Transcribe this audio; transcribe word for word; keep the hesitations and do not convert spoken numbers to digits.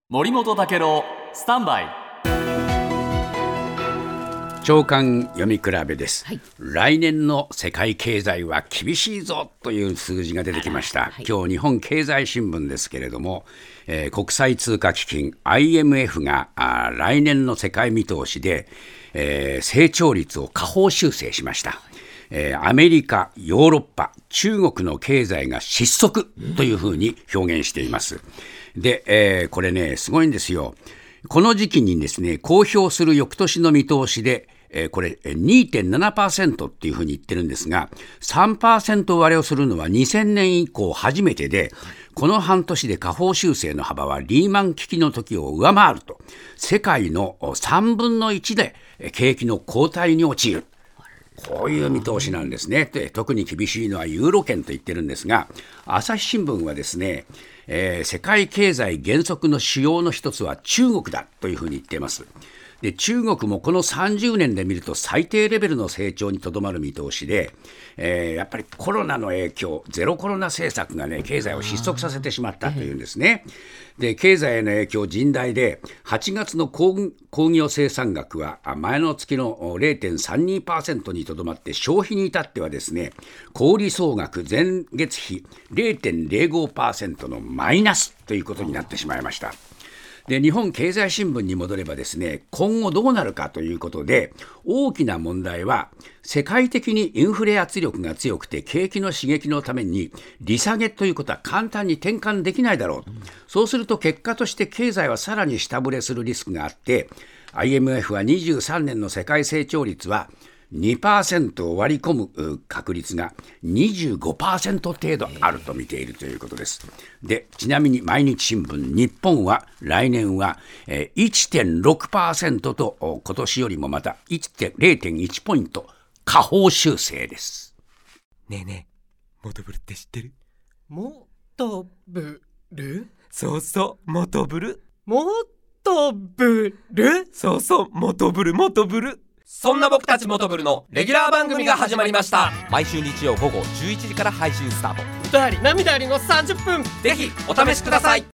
森本武郎スタンバイ長官読み比べです、 はい、 来年の世界経済は厳しいぞという数字が出てきました、はい、今日日本経済新聞ですけれども、えー、国際通貨基金 アイエムエフ があ来年の世界見通しで、えー、成長率を下方修正しました。えー、アメリカ、ヨーロッパ、中国の経済が失速というふうに表現しています。で、えー、これねすごいんですよ。この時期にですね公表する翌年の見通しで、えー、これ にてんななパーセント っていうふうに言ってるんですが さんパーセント 割れをするのはにせんねん以降初めてで、この半年で下方修正の幅はリーマン危機の時を上回ると、世界のさんぶんのいちで景気の後退に陥る、こういう見通しなんですね。で特に厳しいのはユーロ圏と言ってるんですが、朝日新聞はですね、えー、世界経済減速の主要の一つは中国だというふうに言っています。で中国もこのさんじゅうねんで見ると最低レベルの成長にとどまる見通しで、えー、やっぱりコロナの影響、ゼロコロナ政策がね経済を失速させてしまったというんですね。で経済への影響甚大で、はちがつの工業生産額は前の月の れいてんさんにパーセント にとどまって、消費に至ってはですね小売総額前月比 れいてんれいごパーセント のマイナスということになってしまいました。で日本経済新聞に戻ればですね、今後どうなるかということで、大きな問題は世界的にインフレ圧力が強くて景気の刺激のために利下げということは簡単に転換できないだろう、うん、そうすると結果として経済はさらに下振れするリスクがあって、 アイエムエフ はにじゅうさんねんの世界成長率はにパーセント を割り込む確率が にじゅうごパーセント 程度あると見ているということです。でちなみに毎日新聞、日本は来年は いってんろくパーセント と今年よりもまた れいてんいちポイント下方修正です。 ねえねえ、モトブルって知ってる？ モトブル？ そうそうモトブル。 モトブル？ そうそうモトブルモトブル。 そんな僕たちモトブルのレギュラー番組が始まりました。 毎週日曜午後じゅういちじから配信スタート。 歌あり涙ありのさんじゅっぷん、 ぜひお試しください。